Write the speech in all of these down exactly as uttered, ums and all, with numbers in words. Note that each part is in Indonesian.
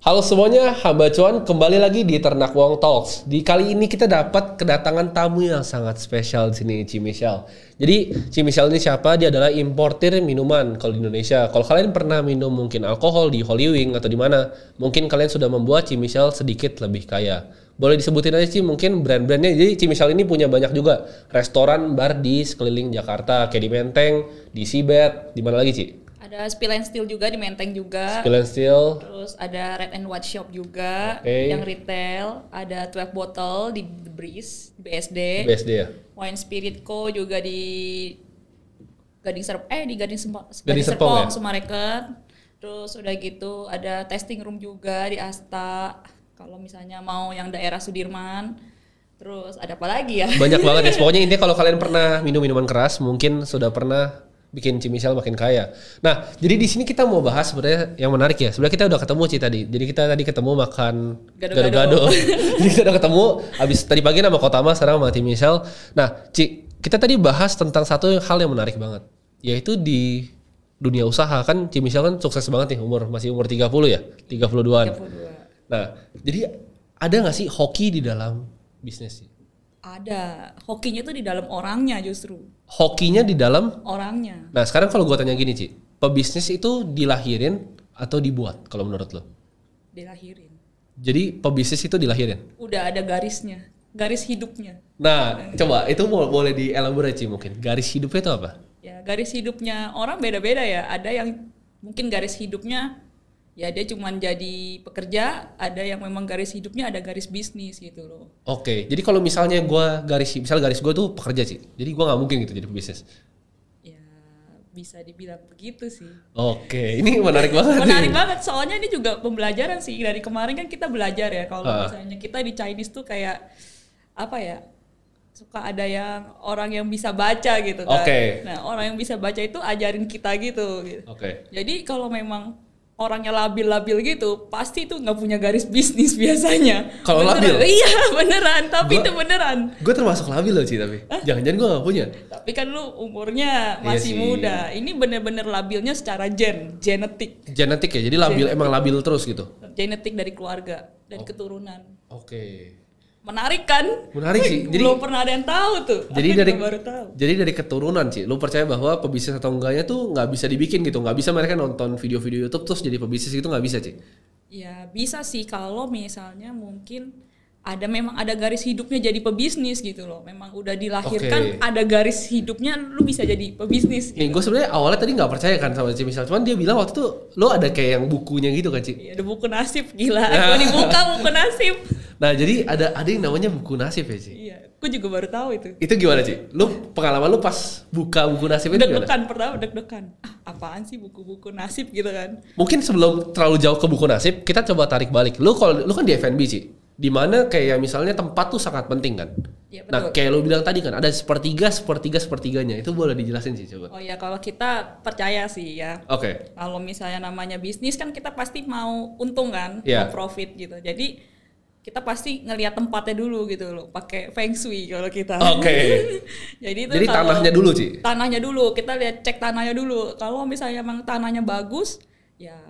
Halo semuanya, Hamba Cuan kembali lagi di Ternak Wong Talks. Di kali ini kita dapat kedatangan tamu yang sangat spesial di sini, Ci Michelle. Jadi Ci Michelle ini siapa? Dia adalah importir minuman kalau di Indonesia. Kalau kalian pernah minum mungkin alkohol di Holy Wing atau di mana, mungkin kalian sudah membuat Ci Michelle sedikit lebih kaya. Boleh disebutin aja Ci, mungkin brand-brandnya. Jadi Ci Michelle ini punya banyak juga restoran, bar di sekeliling Jakarta, kayak di Menteng, di Sibet, di mana lagi Ci? Ada Spill and Steel juga di Menteng juga. Spill and Steel. Terus ada Red and White Shop juga, Okay. yang retail. Ada twelve Bottle di The Breeze, B S D. B S D ya? Wine Spirit Co juga di Gading Serpong, eh di Gading, Sempo, Gading Serpong, ya? Sumareket. Terus udah gitu ada tasting room juga di Asta. Kalau misalnya mau yang daerah Sudirman. Terus ada apa lagi ya? Banyak banget ya. Pokoknya intinya kalau kalian pernah minum minuman keras, mungkin sudah pernah bikin Ci Michelle makin kaya. Nah, jadi di sini kita mau bahas sebenarnya yang menarik ya. Sebenarnya kita udah ketemu Ci tadi. Jadi kita tadi ketemu makan gado-gado. Jadi kita udah ketemu habis tadi pagi sama Kotama, sekarang sama Ci Michelle. Nah, Ci, kita tadi bahas tentang satu hal yang menarik banget, yaitu di dunia usaha. Kan Ci Michelle kan sukses banget nih, umur masih umur tiga puluh ya, tiga puluh duaan. tiga puluh dua. Nah, jadi ada nggak sih hoki di dalam bisnis sih? Ada. Hokinya tuh di dalam orangnya justru. Hokinya di dalam Orangnya. Nah sekarang kalau gue tanya gini Ci, pebisnis itu dilahirin atau dibuat kalau menurut lo? Dilahirin. Jadi pebisnis itu dilahirin? Udah ada garisnya, garis hidupnya. Nah coba itu boleh dielaborasi Ci mungkin, garis hidupnya itu apa? Ya garis hidupnya orang beda-beda ya. Ada yang mungkin garis hidupnya ya dia cuman jadi pekerja, ada yang memang garis hidupnya ada garis bisnis gitu loh. Oke, jadi kalau misalnya gue garis, misal garis gue tuh pekerja Ci, jadi gue nggak mungkin gitu jadi pebisnis. Ya bisa dibilang begitu sih. Oke, ini menarik banget. Menarik nih. banget, soalnya ini juga pembelajaran sih. Dari kemarin kan kita belajar ya, kalau Ah. misalnya kita di Chinese tuh kayak apa ya, suka ada yang orang yang bisa baca gitu kan. Oke. Nah orang yang bisa baca itu ajarin kita gitu. gitu. Oke. Jadi kalau memang orangnya labil-labil gitu, pasti itu nggak punya garis bisnis biasanya. Kalau Beneran. labil? Iya beneran, tapi Gua- itu beneran. Gue termasuk labil loh Ci tapi, jangan-jangan gue nggak punya. Tapi kan lu umurnya Iya sih. masih muda. Ini bener-bener labilnya secara gen, genetik. Genetik ya, jadi labil emang labil terus gitu. Genetik dari keluarga, dari Oh. keturunan. Oke. Menarik kan? Menarik sih. Jadi Belum pernah ada yang tahu tuh. Jadi Aku dari juga baru tahu. jadi dari keturunan Ci, lu percaya bahwa pebisnis atau enggaknya tuh nggak bisa dibikin gitu, nggak bisa mereka nonton video-video YouTube terus jadi pebisnis gitu, nggak bisa Ci. Ya bisa sih kalau misalnya mungkin ada memang ada garis hidupnya jadi pebisnis gitu loh. Memang udah Oke. dilahirkan ada garis hidupnya lu bisa jadi pebisnis. Nih Gitu. gue sebenarnya awalnya tadi nggak percaya kan sama Ci Michelle, cuman dia bilang waktu itu lo ada kayak yang bukunya gitu kan Ci. Ya, ada buku nasib gila. Gua dibuka buku nasib. Nah jadi ada ada yang namanya buku nasib ya Ci. Iya, aku juga baru tahu itu. Itu gimana Ci? Lu pengalaman lu pas buka buku nasib itu gimana? Deg-degan pertama deg-degan. Ah, apaan sih buku-buku nasib gitu kan? Mungkin sebelum terlalu jauh ke buku nasib, kita coba tarik balik. Lu kalau lu kan di F and B Ci, di mana kayak misalnya tempat tuh sangat penting kan. Iya, betul. Nah kayak lu bilang tadi kan ada sepertiga sepertiga sepertiganya, itu boleh dijelasin sih coba. Oh ya kalau kita percaya sih ya. Oke. Kalau misalnya namanya bisnis kan kita pasti mau untung kan, Iya. mau profit gitu. Jadi kita pasti ngelihat tempatnya dulu gitu loh, pakai feng shui kalau kita. Oke. Jadi itu Jadi kalau- tanahnya dulu Ci. Tanahnya dulu, kita lihat cek tanahnya dulu. Kalau misalnya emang tanahnya bagus, ya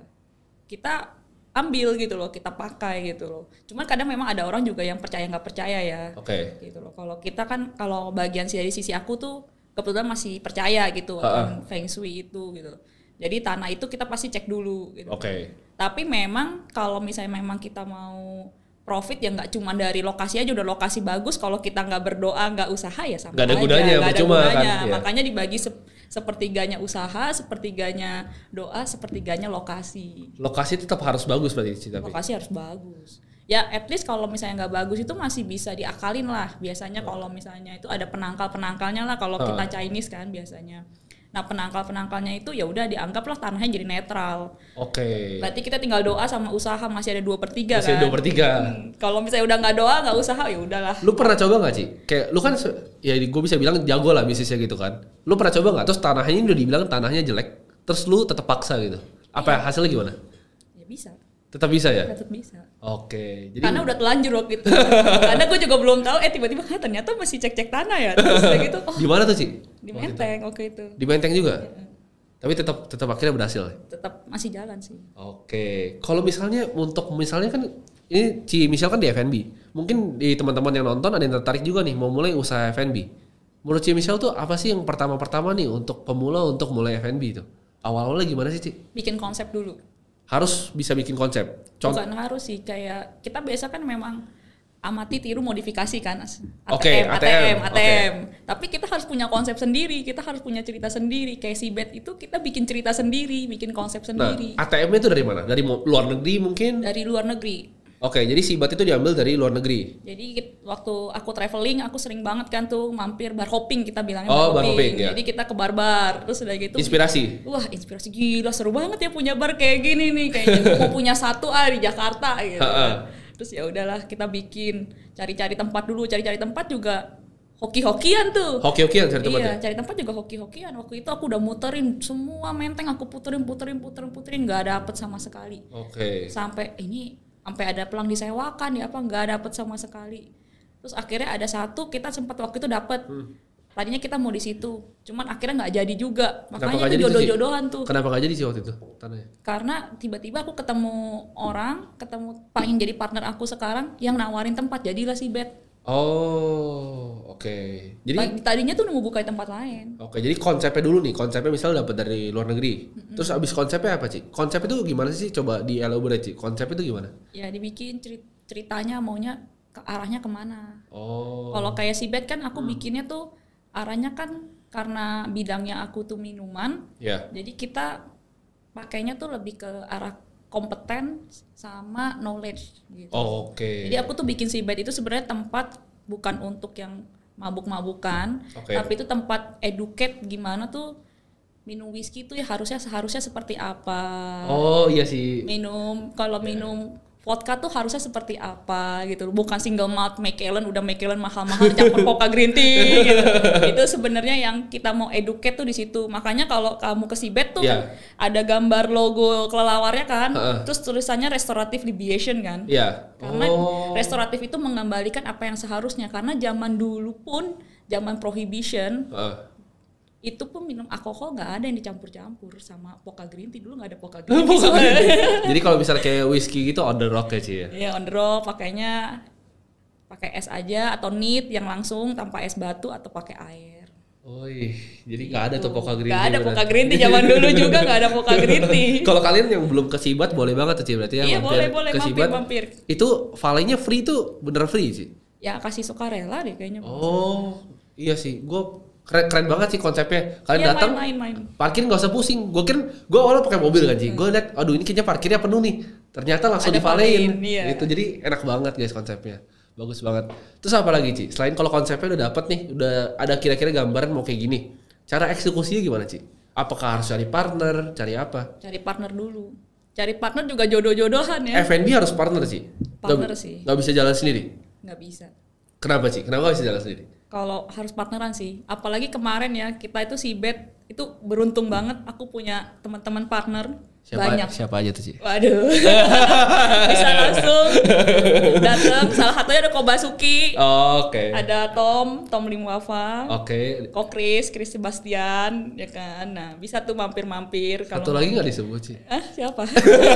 kita ambil gitu loh, kita pakai gitu loh. Cuman kadang memang ada orang juga yang percaya nggak percaya ya. Oke. Gitu loh. Kalau kita kan kalau bagian dari sisi aku tuh kebetulan masih percaya gitu Ha-ha. akan feng shui itu gitu. Jadi tanah itu kita pasti cek dulu gitu. Oke. Tapi memang kalau misalnya memang kita mau profit ya nggak cuma dari lokasi aja, udah lokasi bagus, kalau kita nggak berdoa nggak usaha ya sama Nggak ada aja, gunanya, nggak ada percuma kan, gunanya. iya. Makanya dibagi sep- sepertiganya usaha, sepertiganya doa, sepertiganya lokasi. Lokasi tetap harus bagus berarti Ci tapi. Lokasi harus bagus. Ya at least kalau misalnya nggak bagus itu masih bisa diakalin lah. Biasanya kalau misalnya itu ada penangkal-penangkalnya lah kalau Ah. kita Chinese kan biasanya. Nah penangkal-penangkalnya itu ya udah dianggaplah tanahnya jadi netral. Oke. Berarti kita tinggal doa sama usaha masih ada dua per tiga Masih kan. dua per tiga. Hmm, kalau misalnya udah nggak doa nggak usaha ya udahlah. Lu pernah coba nggak Ci? Kayak lu kan se- ya gue bisa bilang jago lah bisnisnya gitu kan. Lu pernah coba nggak? Terus tanahnya ini udah dibilang tanahnya jelek, terus lu tetap paksa gitu. Apa hasilnya gimana? Ya bisa, Tetap bisa ya? tetap bisa. Oke. Jadi Karena udah telanjur waktu itu. Karena gue juga belum tahu. Eh tiba-tiba ah, ternyata masih cek-cek tanah ya. Terus udah gitu. Oh di mana tuh Ci? di Menteng oke itu. Di Menteng juga. Tapi tetap tetap akhirnya berhasil. Tetap masih jalan sih. Oke, kalau misalnya untuk misalnya kan ini Ci Michelle kan di F and B. Mungkin di teman-teman yang nonton ada yang tertarik juga nih mau mulai usaha F and B. Menurut Ci Michelle tuh apa sih yang pertama-pertama nih untuk pemula untuk mulai F and B itu? Awal-awalnya gimana sih Ci? Bikin konsep dulu. Harus bisa bikin konsep. Contoh. Bukan harus sih, kayak kita biasa kan memang amati tiru modifikasi kan. Oke, A T M, A T M, A T M. Tapi kita harus punya konsep sendiri, kita harus punya cerita sendiri. Kayak si Bet itu kita bikin cerita sendiri, bikin konsep sendiri. Nah, A T M itu dari mana? Dari luar negeri mungkin? Dari luar negeri. Oke, jadi si bat itu diambil dari luar negeri. Jadi waktu aku traveling, aku sering banget kan tuh mampir bar hopping, kita bilangnya oh, bar hopping. hopping ya. Jadi kita ke bar-bar, terus udah gitu. Inspirasi. Wah, inspirasi gila, seru banget ya punya bar kayak gini nih. Kayaknya mau punya satu ah di Jakarta gitu. Terus ya udahlah kita bikin, cari-cari tempat dulu, cari-cari tempat juga hoki-hokian tuh. Hoki-hokian cari tempat. Iya, cari tempat juga hoki-hokian. Waktu itu aku udah muterin semua menteng, aku puterin, puterin, puterin, puterin, nggak dapet sama sekali. Oke. Okay. Sampai ini sampai ada pelang disewakan ya apa nggak dapet sama sekali. Terus akhirnya ada satu kita sempat waktu itu dapet. Hmm. Tadinya kita mau di situ, cuman akhirnya nggak jadi juga. Makanya itu jodoh-jodohan tuh. Kenapa nggak jadi sih waktu itu tanahnya? Karena tiba-tiba aku ketemu orang, ketemu pengen jadi partner aku sekarang yang nawarin tempat, jadilah si Bet. Oh, oke. Okay. Jadi tadinya tuh mau buka tempat lain. Oke, okay, jadi konsepnya dulu nih, konsepnya misalnya dapat dari luar negeri. Mm-hmm. Terus abis konsepnya apa sih? Konsep itu gimana sih? Coba di elaborate sih. Konsep itu gimana? Ya dibikin ceritanya maunya ke arahnya kemana. Oh. Kalau kayak si Bet kan aku hmm. bikinnya tuh arahnya kan karena bidangnya aku tuh minuman. Yeah. Jadi kita pakainya tuh lebih ke arah kompeten sama knowledge gitu. Oh, oke. Okay. Jadi aku tuh bikin si Bet itu sebenarnya tempat bukan untuk yang mabuk-mabukan, okay. tapi itu tempat educate gimana tuh minum whisky tuh ya harusnya seharusnya seperti apa. Oh iya sih. Minum kalau yeah. minum vodka tuh harusnya seperti apa gitu. Bukan single malt Macallan, udah Macallan mahal-mahal campur Poca Green Tea gitu. Itu sebenarnya yang kita mau educate tuh di situ. Makanya kalau kamu ke Sibet tuh yeah. kan ada gambar logo kelelawarnya kan, uh-uh. terus tulisannya restorative libation kan. Yeah. Karena oh. restoratif itu mengembalikan apa yang seharusnya. Karena zaman dulu pun zaman prohibition uh. itu pun minum alkohol nggak ada yang dicampur-campur sama Poca Green Tea. Dulu nggak ada Poca Green Tea. Jadi kalau misalnya kayak whisky gitu on the rock ya Ci ya? Iya on the rock, pakainya pakai es aja atau neat yang langsung tanpa es batu atau pakai air. Oh iya, jadi nggak ada tuh Poca Green Tea. Nggak ada Poca Green Tea, zaman dulu juga nggak ada Poca Green Tea. Kalau kalian yang belum ke Sibat boleh banget tuh Ci berarti ya? Iya boleh boleh mampir mampir. Itu valetnya free tuh bener free sih? Ya kasih sukarela deh kayaknya. Oh iya sih, gue Keren, keren banget sih konsepnya. Kalian iya, datang, main, main, main. parkir nggak usah pusing. Gue kira, gue awalnya pakai mobil kan sih. Hmm. Gue liat, aduh ini kayaknya parkirnya penuh nih. Ternyata langsung divalein. Iya. Itu jadi enak banget guys konsepnya. Bagus banget. Terus apa lagi Ci? Selain kalau konsepnya udah dapet nih, udah ada kira-kira gambaran mau kayak gini. Cara eksekusinya gimana Ci? Apakah harus cari partner? Cari apa? Cari partner dulu. Cari partner juga jodoh-jodohan ya. F and B harus partner sih? Partner gak, sih. Gak bisa jalan sendiri? Gak bisa. Kenapa Ci? Kenapa gak bisa jalan sendiri? Kalau harus partneran sih, apalagi kemarin ya kita itu si Bet itu beruntung banget aku punya teman-teman partner siapa, banyak. Siapa aja tuh Ci? Waduh, bisa langsung datang. Salah satunya ada Kobasuki, oh, oke. Okay. Ada Tom, Tom Limwafa, oke. Okay. Ko Chris, Chris Sebastian, ya kan. Nah bisa tuh mampir-mampir. Satu lagi nggak disebut sih? Ah siapa?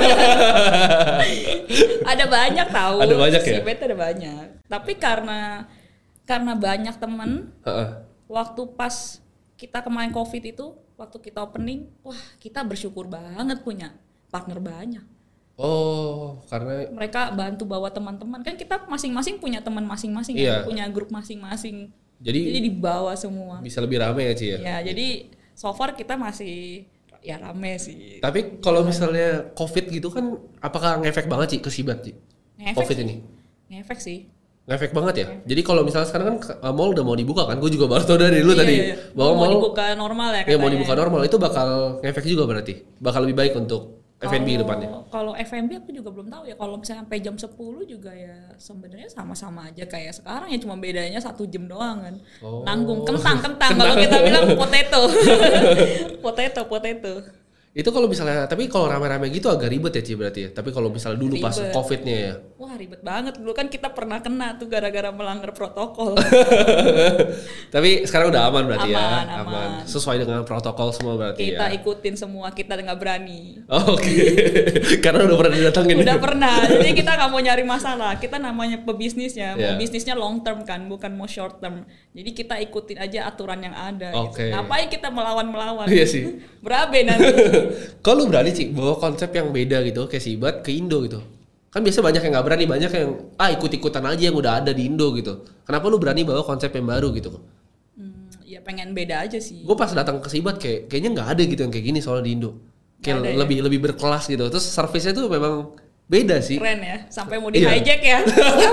Ada banyak tahu. Ada banyak ya. Si Bet ada banyak. Tapi karena Karena banyak temen, uh-uh. waktu pas kita kemarin COVID itu, waktu kita opening, wah kita bersyukur banget punya partner banyak. Oh, karena mereka bantu bawa teman-teman. Kan kita masing-masing punya teman masing-masing, iya. ya, punya grup masing-masing. Jadi, jadi dibawa semua. Bisa lebih rame ya Ci ya? Ya, jadi so far kita masih ya rame sih. Tapi kalau misalnya COVID gitu kan, apakah ngefek banget Ci ke Sibat Ci? Ngefek COVID sih. ini? Ngefek sih. Ngefek banget ya. Jadi kalau misalnya sekarang kan mall udah mau dibuka kan, gue juga baru tau dari dulu iya, tadi. Iya. Bahwa mau mall dibuka normal ya katanya. Ya mau dibuka normal itu bakal ngefek juga berarti. Bakal lebih baik untuk F and B depannya. Kalau F and B aku juga belum tahu ya. Kalau misalnya sampai jam sepuluh juga ya sebenarnya sama-sama aja kayak sekarang ya, cuma bedanya satu jam doang kan. Oh. Nanggung kentang kentang kalau kita bilang potato. potato potato. Itu kalau misalnya, tapi kalau rame-rame gitu agak ribet ya Ci berarti ya. Tapi kalau misalnya dulu ribet. Pas COVID-nya ya. Wah ribet banget. Dulu kan kita pernah kena tuh gara-gara melanggar protokol. Tapi sekarang udah aman berarti aman, ya. Aman. Sesuai dengan protokol semua berarti kita ya. Kita ikutin semua, kita nggak berani. Oh, Oke. Okay. Karena udah pernah didatengin. Udah pernah. Jadi kita nggak mau nyari masalah. Kita namanya pebisnisnya, yeah. mau bisnisnya long term kan, bukan mau short term. Jadi kita ikutin aja aturan yang ada. Okay. Gitu. Ngapain kita melawan-melawan? Iya sih. Berabe nanti. Kalau lu berani sih bawa konsep yang beda gitu kayak Sibat ke Indo gitu. Kan biasa banyak yang nggak berani, banyak yang ah ikut-ikutan aja yang udah ada di Indo gitu. Kenapa lu berani bawa konsep yang baru gitu? Hmm, ya pengen beda aja sih. Gue pas datang ke Sibat kayak kayaknya nggak ada gitu yang kayak gini soalnya di Indo. Kayak ada, lebih ya? lebih berkelas gitu. Terus service-nya tuh memang beda sih. Keren ya, sampai mau di hijack ya.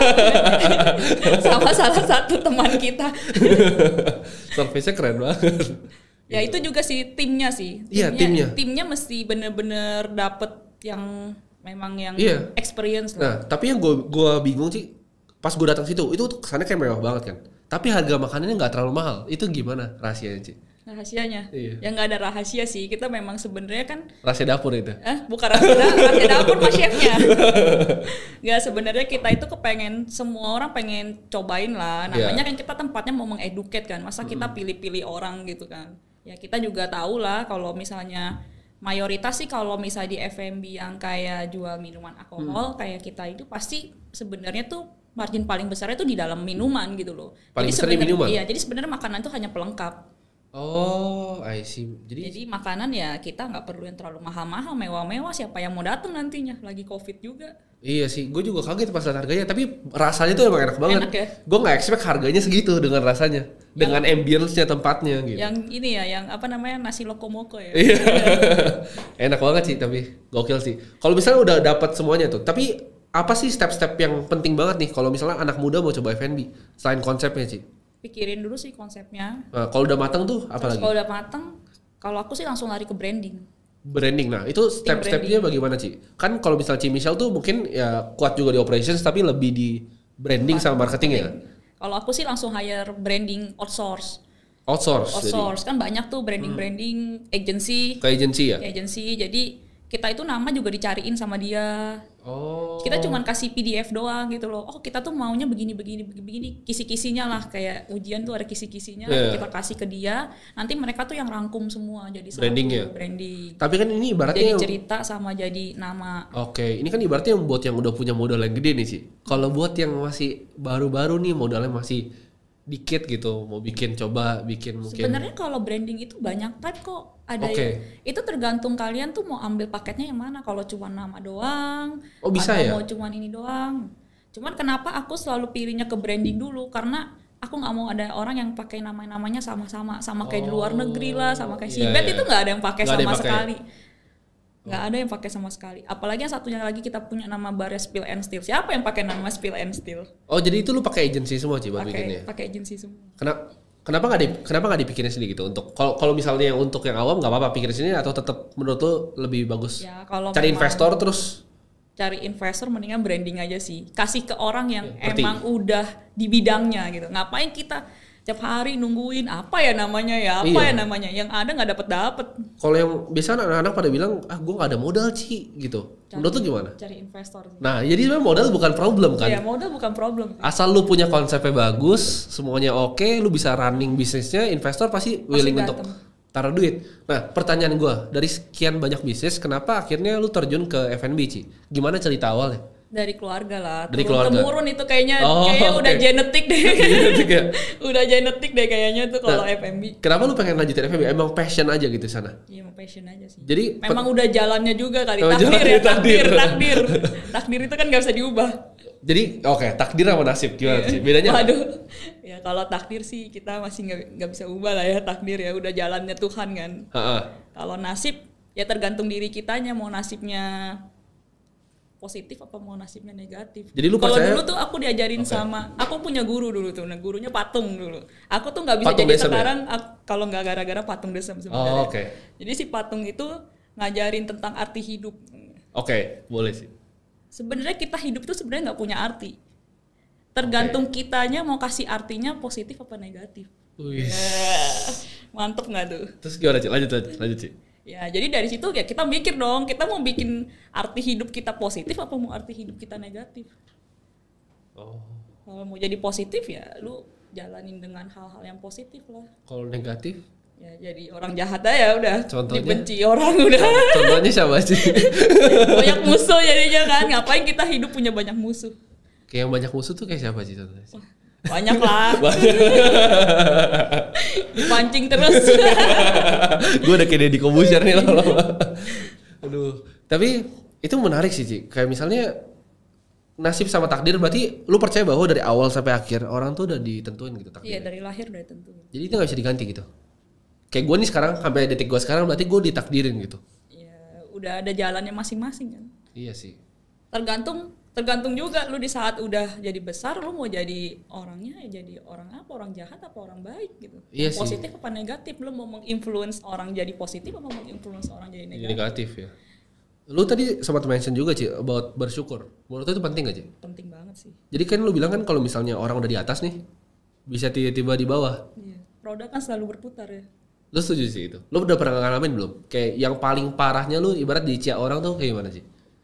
Sama salah satu teman kita. Service-nya keren banget. Ya itu juga sih timnya sih. Iya timnya. Timnya mesti bener-bener dapet yang memang yang iya. experience lah. Nah tapi yang gue gue bingung sih pas gue datang situ itu tuh kesannya kayak mewah banget kan. Tapi harga makanannya nggak terlalu mahal. Itu gimana rahasianya sih? Rahasianya? Iya. Ya nggak ada rahasia sih. Kita memang sebenarnya kan. Rahasia dapur itu? Eh bukan rahasia dapur, rahasia dapur mas chefnya. Nggak sebenarnya kita itu kepengen semua orang pengen cobain lah. Namanya yeah. kan kita tempatnya mau mengeduket kan. Masa kita pilih-pilih orang gitu kan? Ya kita juga tahu lah kalau misalnya mayoritas sih kalau misalnya di F and B yang kayak jual minuman alkohol hmm. kayak kita itu pasti sebenarnya tuh margin paling besarnya tuh di dalam minuman gitu loh. Paling jadi besar di minuman? Iya, jadi sebenarnya makanan tuh hanya pelengkap. Oh, I see. Jadi, jadi makanan ya kita nggak perlu yang terlalu mahal-mahal, mewah-mewah. Siapa yang mau datang nantinya? Lagi COVID juga. Iya sih, gue juga kaget pas lihat harganya. Tapi rasanya tuh emang enak banget. Enak ya? Gue nggak expect harganya segitu dengan rasanya, dengan yang, ambience-nya tempatnya gitu. Yang ini ya, yang apa namanya nasi lokomoko ya. Iya. Enak banget sih, tapi gokil sih. Kalau misalnya udah dapat semuanya tuh, tapi apa sih step-step yang penting banget nih kalau misalnya anak muda mau coba F and B selain konsepnya sih? Pikirin dulu sih konsepnya. Nah, kalau udah matang tuh apa Terus lagi? Kalau udah matang, kalau aku sih langsung lari ke branding. Branding, nah itu step-stepnya bagaimana sih? Kan kalau misalnya Cimichelle tuh mungkin ya kuat juga di operations tapi lebih di branding sama marketing ya? Kalau aku sih langsung hire branding outsource. Outsource? Outsource, jadi. Kan banyak tuh branding-branding hmm. agency. Ke agency ya? Agency, jadi kita itu nama juga dicariin sama dia. Oh. Kita cuman kasih P D F doang gitu loh. Oh kita tuh maunya begini begini begini kisi-kisinya lah kayak ujian tuh ada kisi-kisinya yeah. kita kasih ke dia. Nanti mereka tuh yang rangkum semua jadi branding ya. Branding. Tapi kan ini ibaratnya jadi yang... cerita sama jadi nama. Oke, okay. Ini kan ibaratnya yang buat yang udah punya modal yang gede nih sih. Kalau buat yang masih baru-baru nih modalnya masih dikit gitu, mau bikin coba bikin mungkin. Sebenarnya kalau branding itu banyak type kok. Ada okay. yang, itu tergantung kalian tuh mau ambil paketnya yang mana. Kalau cuma nama doang, oh, bisa atau ya? mau cuma ini doang. Cuman kenapa aku selalu pilihnya ke branding dulu? Karena aku nggak mau ada orang yang pakai nama-namanya sama-sama, sama kayak oh, di luar negeri lah, sama kayak yeah, Sibet yeah. itu nggak ada yang pakai sama pake. sekali. Nggak ada yang pakai sama sekali. Apalagi yang satunya lagi kita punya nama barnya Spill and Still. Siapa yang pakai nama Spill and Still? Oh jadi itu lu pakai agency semua sih buat bikinnya? Pakai agency semua. Kenapa? Kenapa nggak di kenapa nggak dipikirin sendiri gitu untuk kalau kalau misalnya yang untuk yang awam nggak apa-apa pikirin sendiri atau tetap menurut lu lebih bagus ya, kalau cari investor terus cari investor mendingan branding aja sih kasih ke orang yang ya, emang udah di bidangnya gitu. Ngapain kita tiap hari nungguin apa ya namanya ya apa iya. ya namanya yang ada nggak dapet dapet. Kalau yang biasa anak-anak pada bilang ah gue nggak ada modal Ci gitu. Cari, menurut lu gimana? Cari investor. Sih. Nah jadi sebenarnya modal bukan problem kan? Iya modal bukan problem. Asal lu punya konsepnya bagus, semuanya oke, lu bisa running bisnisnya, investor pasti willing pasti untuk taruh duit. Nah pertanyaan gue dari sekian banyak bisnis, kenapa akhirnya lu terjun ke F and B Ci? Gimana cerita awalnya? Dari keluarga lah, dari turun keluarga. temurun itu kayaknya, oh, kayaknya okay. udah genetik deh, genetik ya? udah genetik deh kayaknya tuh kalau nah, F and B. Kenapa lu pengen lanjutin F and B? Emang passion aja gitu sana? Iya, emang passion aja sih. Jadi memang udah jalannya juga kali, oh, takdir jalan, ya, takdir, takdir, takdir, takdir itu kan nggak bisa diubah. Jadi oke, okay, takdir sama nasib gimana sih? Bedanya? Waduh, ya kalau takdir sih kita masih nggak nggak bisa ubah lah ya takdir ya, udah jalannya Tuhan kan. Kalau nasib ya tergantung diri kitanya mau nasibnya positif apa mau nasibnya negatif. Jadi lu kalau percaya? Dulu tuh aku diajarin okay. sama, aku punya guru dulu tuh, nah gurunya patung dulu. Aku tuh nggak bisa patung jadi sekarang ya? Kalau nggak gara-gara patung desem sebenarnya. Oh, okay. Jadi si patung itu ngajarin tentang arti hidup. Oke, okay, boleh sih. Sebenarnya kita hidup tuh sebenarnya nggak punya arti. Tergantung okay. kitanya mau kasih artinya positif apa negatif. Wih. Yeah. Mantep nggak tuh? Terus gimana Ci? Lanjut lanjut, lanjut Ci. Ya, jadi dari situ ya kita mikir dong, kita mau bikin arti hidup kita positif apa mau arti hidup kita negatif. Oh. Kalau mau jadi positif ya lu jalanin dengan hal-hal yang positif lah. Kalau negatif? Ya jadi orang jahat aja udah. Contohnya? Dibenci orang udah. Contohnya siapa sih? Banyak musuh jadinya kan. Ngapain kita hidup punya banyak musuh? Kayak yang banyak musuh tuh kayak siapa sih contohnya? Wah, banyak lah. Dipancing terus. Gue udah kayak Deddy Kobusier nih lama-lama. Aduh, tapi itu menarik sih, Ci. Kayak misalnya nasib sama takdir berarti lu percaya bahwa dari awal sampai akhir orang tuh udah ditentuin gitu takdirnya. Iya, dari lahir udah ditentuin. Jadi itu gak bisa diganti gitu. Kayak gue nih sekarang sampai detik gue sekarang berarti gue ditakdirin gitu. Iya, udah ada jalannya masing-masing kan. Iya sih. Tergantung tergantung juga lu di saat udah jadi besar lu mau jadi orangnya ya jadi orang apa, orang jahat apa orang baik gitu. Iya sih. Positif apa negatif, lu mau menginfluence orang jadi positif apa mau menginfluence orang jadi negatif. Jadi negatif ya. Lu tadi sempat mention juga Ci about bersyukur. Menurut lu itu penting gak Ci? Penting banget sih. Jadi kan lu bilang kan kalau misalnya orang udah di atas nih bisa tiba-tiba di bawah. Iya. Roda kan selalu berputar ya. Lu setuju sih itu? Lu udah pernah ngalamin belum? Kayak yang paling parahnya lu ibarat diciak orang tuh kayak gimana sih?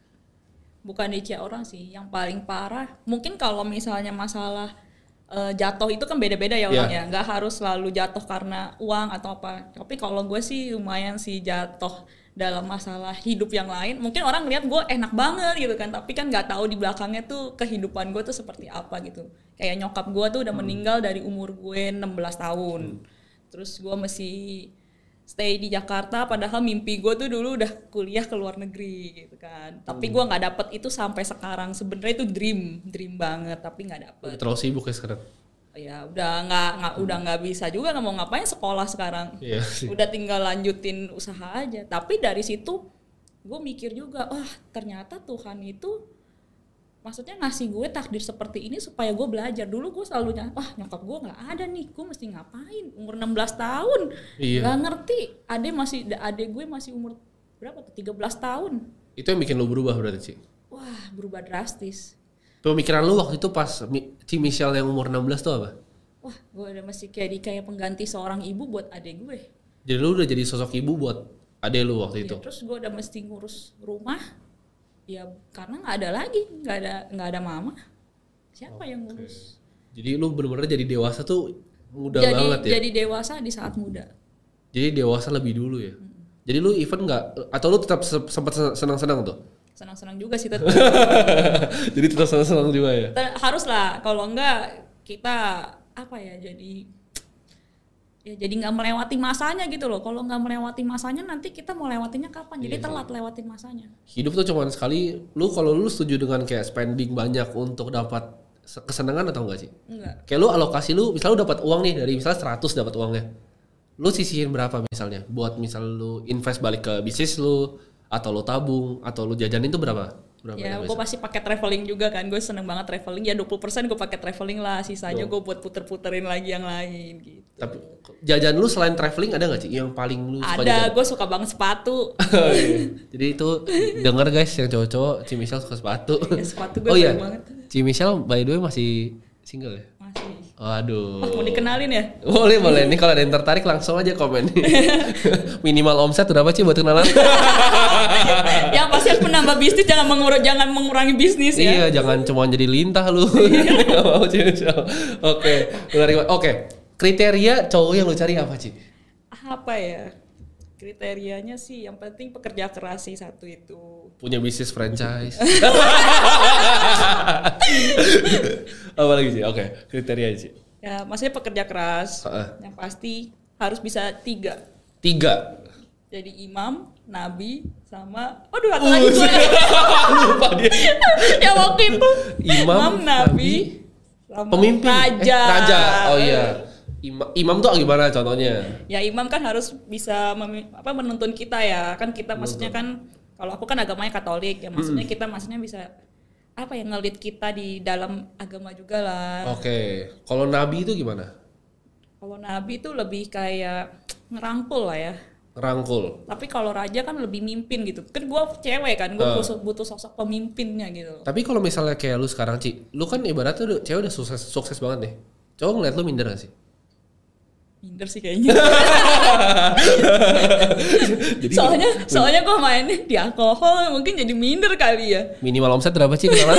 Bukan diciak orang sih, yang paling parah mungkin kalau misalnya masalah uh, jatuh itu kan beda-beda ya orangnya, yeah. Nggak harus selalu jatuh karena uang atau apa. Tapi kalau gue sih lumayan sih jatuh dalam masalah hidup yang lain. Mungkin orang lihat gue enak banget gitu kan, tapi kan nggak tahu di belakangnya tuh kehidupan gue tuh seperti apa gitu. Kayak nyokap gue tuh udah hmm. meninggal dari umur gue enam belas tahun. Hmm. Terus gue masih stay di Jakarta padahal mimpi gue tuh dulu udah kuliah ke luar negeri gitu kan. Tapi gue nggak dapet itu sampai sekarang. Sebenarnya itu dream, dream banget tapi nggak dapet. Terlalu sibuk ya sekarang. Ya udah nggak nggak hmm. udah nggak bisa juga nggak mau ngapain sekolah sekarang. Iya sih. Udah tinggal lanjutin usaha aja. Tapi dari situ gue mikir juga, wah ternyata Tuhan itu maksudnya ngasih gue takdir seperti ini supaya gue belajar. Dulu gue selalu nyangka, wah nyokap gue nggak ada nih, gue mesti ngapain? Umur enam belas tahun, iya. Nggak ngerti. Adek masih, adek gue masih umur berapa tuh? tiga belas tahun. Itu yang bikin lo berubah berarti sih? Wah berubah drastis. Pemikiran lo waktu itu pas Ci Michelle yang umur enam belas tuh apa? Wah gue udah masih kayak di kayak pengganti seorang ibu buat adek gue. Jadi lo udah jadi sosok ibu buat adek lo waktu ya, itu? Terus gue udah mesti ngurus rumah. Ya karena nggak ada lagi, nggak ada nggak ada mama, siapa okay. yang ngurus? Jadi lu benar-benar jadi dewasa tuh muda jadi, banget ya? Jadi dewasa di saat muda. Jadi dewasa lebih dulu ya? Hmm. Jadi lu even nggak, atau lu tetap sempat senang-senang tuh? Senang-senang juga sih tetap. Jadi tetap senang-senang juga ya? Harus lah, kalau enggak kita apa ya jadi ya jadi nggak melewati masanya gitu loh. Kalau nggak melewati masanya nanti kita mau lewatinya kapan? Jadi iya, telat lewatin masanya. Hidup tuh cuma sekali. Lu kalau lu setuju dengan kayak spending banyak untuk dapat kesenangan atau enggak sih? Enggak. Kayak lu alokasi lu, misal lu dapat uang nih dari misalnya seratus dapat uangnya. Lu sisihin berapa misalnya? Buat misal lu invest balik ke bisnis lu, atau lu tabung, atau lu jajanin tuh berapa? Berapa ya gue pasti pakai traveling juga kan. Gue seneng banget traveling. Ya dua puluh persen gue pakai traveling lah. Sisanya gue buat puter-puterin lagi yang lain gitu. Tapi jajan lu selain traveling ada gak sih yang paling lu suka? Ada, gue suka banget sepatu. Jadi itu denger guys yang cowok-cowok, Ci Michelle suka sepatu. Ya, sepatu gue oh iya, banget. Ci Michelle by the way masih single ya? Masih. Waduh. Oh, mau dikenalin ya? Boleh boleh. Nih kalau ada yang tertarik langsung aja komen. Minimal omset berapa sih buat kenalan? Yang pasti harus menambah bisnis, jangan mengurangi jangan mengurangi bisnis ya. Iya, jangan cuma jadi lintah lu. Oke, menarik. Oke, kriteria cowok yang lu cari apa sih? Apa ya? Kriterianya sih yang penting pekerja keras sih satu itu. Punya bisnis franchise. Apa lagi sih? Oke, kriteria sih. Ya, maksudnya pekerja keras. Uh-uh. Yang pasti harus bisa tiga. Tiga. Jadi imam, nabi, sama aduh satu lagi gue. Lupa dia. Ya waktu itu imam, imam nabi, nabi, sama pemimpin. raja. Eh, raja. Oh iya. Imam, imam tuh gimana contohnya? Ya imam kan harus bisa mem, apa menuntun kita ya. Kan kita maksudnya kan kalau aku kan agamanya Katolik ya, maksudnya hmm. kita maksudnya bisa apa ya ngelit kita di dalam agama juga lah. Oke. Okay. Kalau nabi itu gimana? Kalau nabi itu lebih kayak ngerangkul lah ya. Ngerangkul. Tapi kalau raja kan lebih mimpin gitu. Kan gue cewek kan, gue uh. butuh, butuh sosok pemimpinnya gitu. Tapi kalau misalnya kayak lu sekarang Ci, lu kan ibaratnya udah, cewek udah sukses, sukses banget nih. Cowok ngeliat lu minder gak sih? minder sih kayaknya. Jadi soalnya soalnya gue mainnya di alkohol mungkin jadi minder kali ya. minimal omset berapa sih kenalan?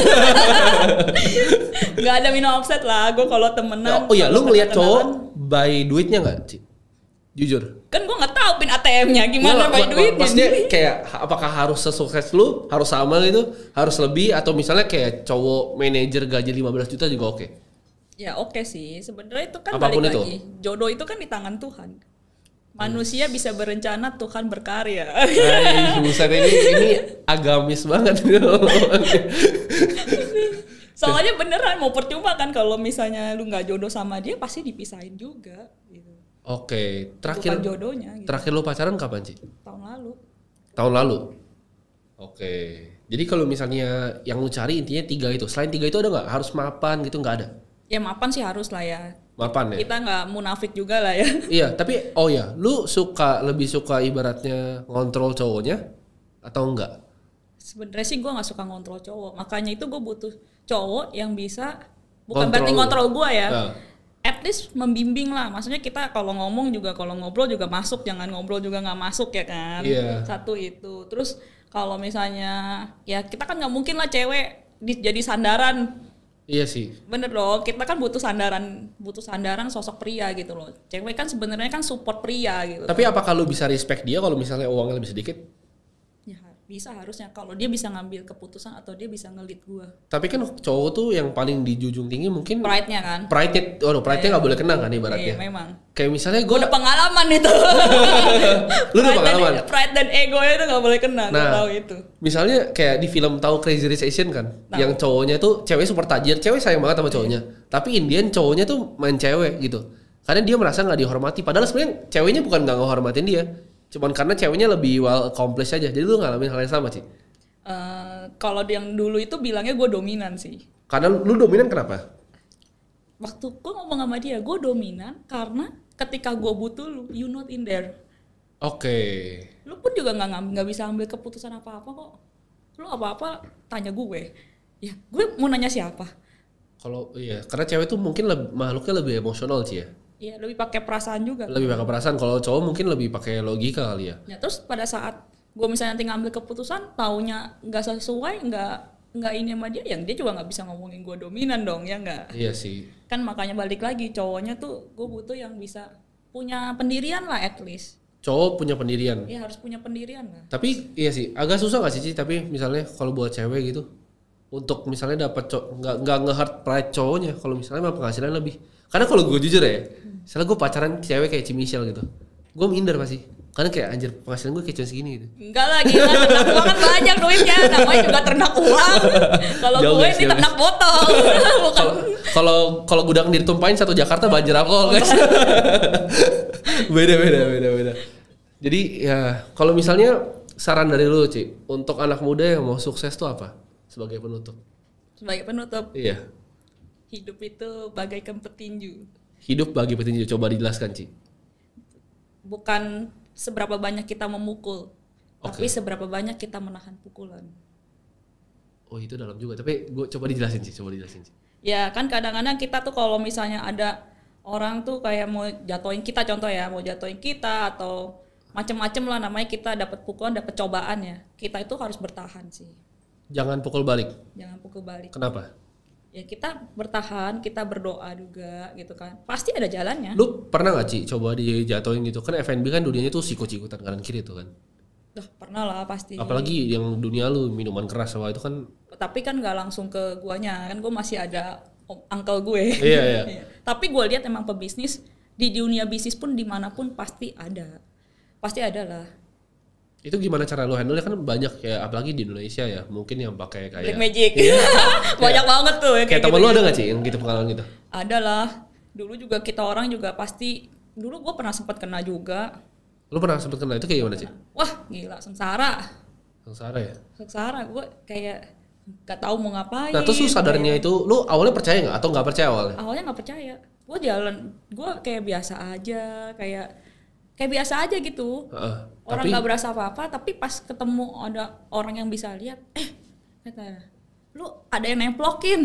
Nggak ada minum offset lah. Gue kalau temenan. Oh iya, lu ngeliat kenalan, cowok buy duitnya nggak, Ci? Jujur. Kan gue nggak tahu pin A T M-nya gimana Nggak, buy mak- duitnya. Maksudnya kayak apakah harus sesukses lu, harus sama gitu, harus lebih, atau misalnya kayak cowok manajer gaji lima belas juta juga oke? Ya oke sih. Sebenarnya itu kan Apapun balik itu. lagi. Jodoh itu kan di tangan Tuhan. Manusia bisa berencana, Tuhan berkarya. Ay, buset ini ini agamis banget. Soalnya beneran mau percuma kan kalau misalnya lu nggak jodoh sama dia pasti dipisahin juga. Gitu. Oke, terakhir Bukan jodohnya. Gitu. terakhir lu pacaran kapan, Ci? Tahun lalu. Tahun lalu. Oke. Jadi kalau misalnya yang lu cari intinya tiga itu. Selain tiga itu ada nggak? Harus mapan gitu, nggak ada? Ya mapan sih harus lah ya. Mapan ya? Kita nggak munafik juga lah ya. Iya, tapi oh ya, lu suka lebih suka ibaratnya ngontrol cowoknya atau enggak? Sebenarnya sih gue nggak suka ngontrol cowok. Makanya itu gue butuh cowok yang bisa bukan Kontrol berarti lu. ngontrol gue ya. Nah. At least membimbing lah. Maksudnya kita kalau ngomong juga kalau ngobrol juga masuk, jangan ngobrol juga nggak masuk ya kan. Iya. Satu itu. Terus kalau misalnya ya kita kan nggak mungkin lah cewek di- jadi sandaran. Iya sih. Bener dong, kita kan butuh sandaran, butuh sandaran sosok pria gitu loh. Cewek kan sebenarnya kan support pria gitu. Tapi apakah lu bisa respect dia kalau misalnya uangnya lebih sedikit? Ya bisa harusnya kalau dia bisa ngambil keputusan atau dia bisa ngelit gua. Tapi kan cowok tuh yang paling dijunjung tinggi mungkin Pride-nya kan. pride-nya, oh pride-nya nggak boleh kena kan ibaratnya. Iya memang. Kayak misalnya gue Gua udah pengalaman itu. Lu udah Pride pengalaman? Dan, pride dan ego itu nggak boleh kena. Gua Nah, tahu itu. misalnya kayak di film tahu Crazy Rich Asian kan, Tahu. yang cowoknya tuh cewek super tajir, cewek sayang banget sama cowoknya, tapi Indian cowoknya tuh main cewek gitu, karena dia merasa nggak dihormati, padahal sebenarnya ceweknya bukan nggak ngehormatin dia, cuman karena ceweknya lebih well accomplished aja, jadi lu ngalamin hal yang sama sih. Eh, kalau yang dulu itu bilangnya gue dominan sih. Karena lu dominan kenapa? Waktu gue ngomong sama dia, gue dominan karena ketika gue butuh lu, you not in there. Oke. Lu pun juga nggak ngam- nggak bisa ambil keputusan apa-apa kok. Lu apa-apa tanya gue. Ya, gue mau nanya siapa? Kalau iya, karena cewek tuh mungkin lebih, makhluknya lebih emosional sih ya. Iya, lebih pakai perasaan juga. Lebih pakai perasaan. Kalau cowok mungkin lebih pakai logika kali ya. Ya, terus pada saat gue misalnya nanti ngambil keputusan, taunya nggak sesuai, nggak nggak ini sama dia, yang dia juga nggak bisa ngomongin gue dominan dong, ya nggak? Iya sih. Kan makanya balik lagi, cowoknya tuh gue butuh yang bisa punya pendirian lah at least. Cowok punya pendirian. Ya harus punya pendirian lah. Tapi iya sih, agak susah gak sih Ci? Tapi misalnya kalau buat cewek gitu, untuk misalnya dapat cowok nggak nggak nge-hard pride cowoknya, kalau misalnya mah penghasilan lebih. Karena kalau gue jujur ya, misalnya gue pacaran cewek kayak Ci Michelle gitu, gue minder pasti. Karena kayak anjir penghasilan gue kayak cuma segini gitu. Enggak lah, gila, ternak uang kan banyak duitnya, namanya juga ternak uang. Kalau Jauh, gue guys, ini jauh, ternak botol. Bukan. Kalau kalau kalau gudang ditumpahin satu Jakarta banjir alkohol guys. beda beda beda beda. Jadi ya kalau misalnya saran dari lu Ci, untuk anak muda yang mau sukses tuh apa? Sebagai penutup. Sebagai penutup, Iya. hidup itu bagaikan petinju. Hidup bagi petinju, coba dijelaskan Ci. Bukan seberapa banyak kita memukul, Oke. tapi seberapa banyak kita menahan pukulan. Oh itu dalam juga, tapi gue coba dijelasin Ci, coba dijelasin Ci. Ya kan kadang-kadang kita tuh kalau misalnya ada orang tuh kayak mau jatuhin kita, contoh ya, mau jatuhin kita atau macem-macem lah, namanya kita dapat pukulan, dapat cobaan ya. Kita itu harus bertahan sih. Jangan pukul balik. Jangan pukul balik. Kenapa? Ya kita bertahan, kita berdoa juga gitu kan. Pasti ada jalannya. Lu pernah gak Ci coba dijatuhin gitu? Kan F and B kan dunianya tuh sikut-sikutan kanan kiri tuh kan. Duh, pernah lah pasti. Apalagi yang dunia lu minuman keras sama itu kan. Tapi kan nggak langsung ke guanya, kan gue masih ada om, uncle gue. Iya, iya. Tapi gue lihat emang pebisnis di dunia bisnis pun dimanapun pasti ada, pasti ada lah. Itu gimana cara lu handle? Kan banyak ya, apalagi di Indonesia ya, mungkin yang pakai kayak Black magic, banyak banget tuh. Ya, kayak temen lu ada gak Ci yang gitu pengalaman gitu? Ada lah. Dulu juga kita orang juga pasti. Dulu gue pernah sempat kena juga. Lu pernah sempet kena itu kayak gimana Ci? Wah gila, sengsara. Sengsara ya? Sengsara, gue kayak gak tahu mau ngapain. Nah terus lu sadarnya itu, lu awalnya percaya gak? Atau gak percaya awalnya? Awalnya nggak percaya, gue jalan, gue kayak biasa aja, kayak kayak biasa aja gitu. Uh, Orang tapi, nggak berasa apa-apa, tapi pas ketemu ada orang yang bisa lihat, eh kata, lu ada yang nemplokin,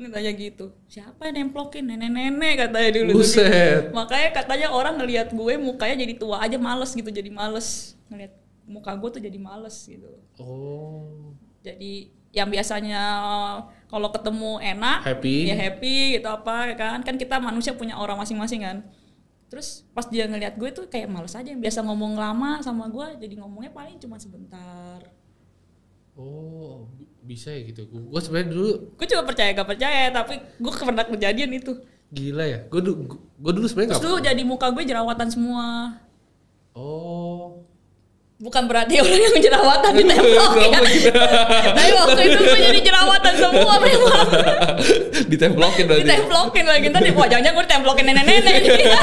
Tanya gitu, siapa yang nemplokin? Nenek-nenek katanya dulu. Buset. Gitu. Makanya katanya orang ngelihat gue mukanya jadi tua aja males gitu, jadi males ngelihat muka gue tuh jadi males gitu. Oh. Jadi yang biasanya kalau ketemu enak, Happy. ya happy gitu apa kan? Kan kita manusia punya orang masing-masing kan. Terus pas dia ngelihat gue tuh kayak males aja, yang biasa ngomong lama sama gue jadi ngomongnya paling cuma sebentar. Oh, bisa ya gitu. Gue sebenarnya dulu Gue cuma percaya gak percaya, tapi gue pernah kejadian itu. gila ya. Gue dulu gue dulu sebenarnya Terus nggak. dulu jadi muka gue jerawatan semua. Oh. Bukan berarti orang yang jerawatan ditempelok ya. Tapi waktu itu gue jadi jerawatan semua memang. Ditemplokin berarti. Ditemplokin lagi, ntar di wajahnya gue ditemplokin nenek-nenek.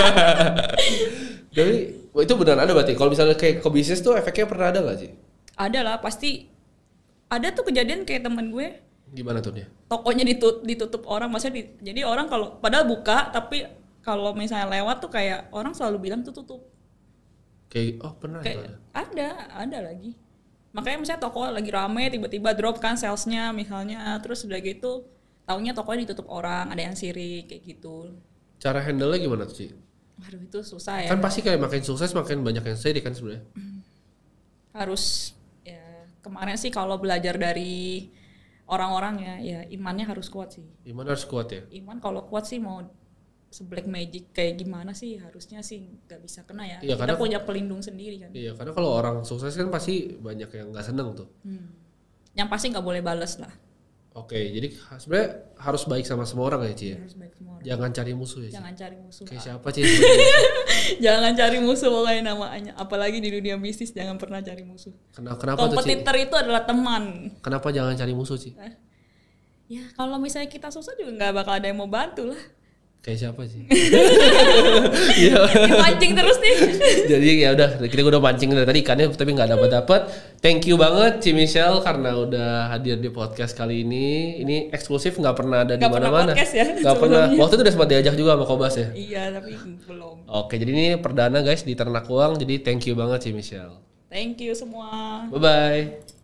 Jadi oh, itu benar ada berarti. Kalau misalnya kayak ke bisnis tuh efeknya pernah ada nggak sih? Ada lah pasti. Ada tuh kejadian kayak temen gue, Gimana tuh dia? tokonya ditutup, ditutup orang, maksudnya di, jadi orang kalau padahal buka, tapi kalau misalnya lewat tuh kayak orang selalu bilang tuh tutup. Kayak oh pernah itu Kayak ada. ada, ada lagi. Makanya misalnya toko lagi rame, tiba-tiba drop kan salesnya misalnya, terus udah gitu, taunya tokonya ditutup orang, ada yang sirik kayak gitu. Cara handle-nya gimana tuh sih? Aduh itu susah ya. Kan pasti kayak makin sukses makin banyak yang sirik kan sebenarnya. Harus ya kemarin sih kalau belajar dari orang-orang ya, ya imannya harus kuat sih. Iman harus kuat ya. Iman kalau kuat sih mau se-black magic kayak gimana sih harusnya sih nggak bisa kena ya. Iya, Kita karena- punya pelindung sendiri kan. Iya, karena kalau orang sukses kan pasti banyak yang nggak seneng tuh. Hmm. Yang pasti nggak boleh bales lah. Oke, jadi sebenarnya harus baik sama semua orang ya Ci ya. Harus baik semua orang. Jangan cari musuh ya Ci. Jangan cari musuh. Kayak Ah. siapa Ci? Jangan cari musuh pokoknya namanya. Apalagi di dunia bisnis jangan pernah cari musuh. Kenapa, kenapa tuh Ci? Kompetitor itu adalah teman. Kenapa jangan cari musuh Ci? Ya kalau misalnya kita susah juga nggak bakal ada yang mau bantu lah. Kayak siapa sih? Iya. Dipancing terus nih. Jadi ya udah kita udah mancing dari tadi ikannya tapi nggak dapat dapat. Thank you banget Ci Michelle karena udah hadir di podcast kali ini. Ini eksklusif nggak pernah ada di Nggak pernah mana-mana. podcast ya, Nggak pernah. sebelumnya. Waktu itu udah sempat diajak juga sama Kobas ya. Iya tapi belum. Oke jadi ini perdana guys di Ternak Uang. Jadi thank you banget Ci Michelle. Thank you semua. Bye bye.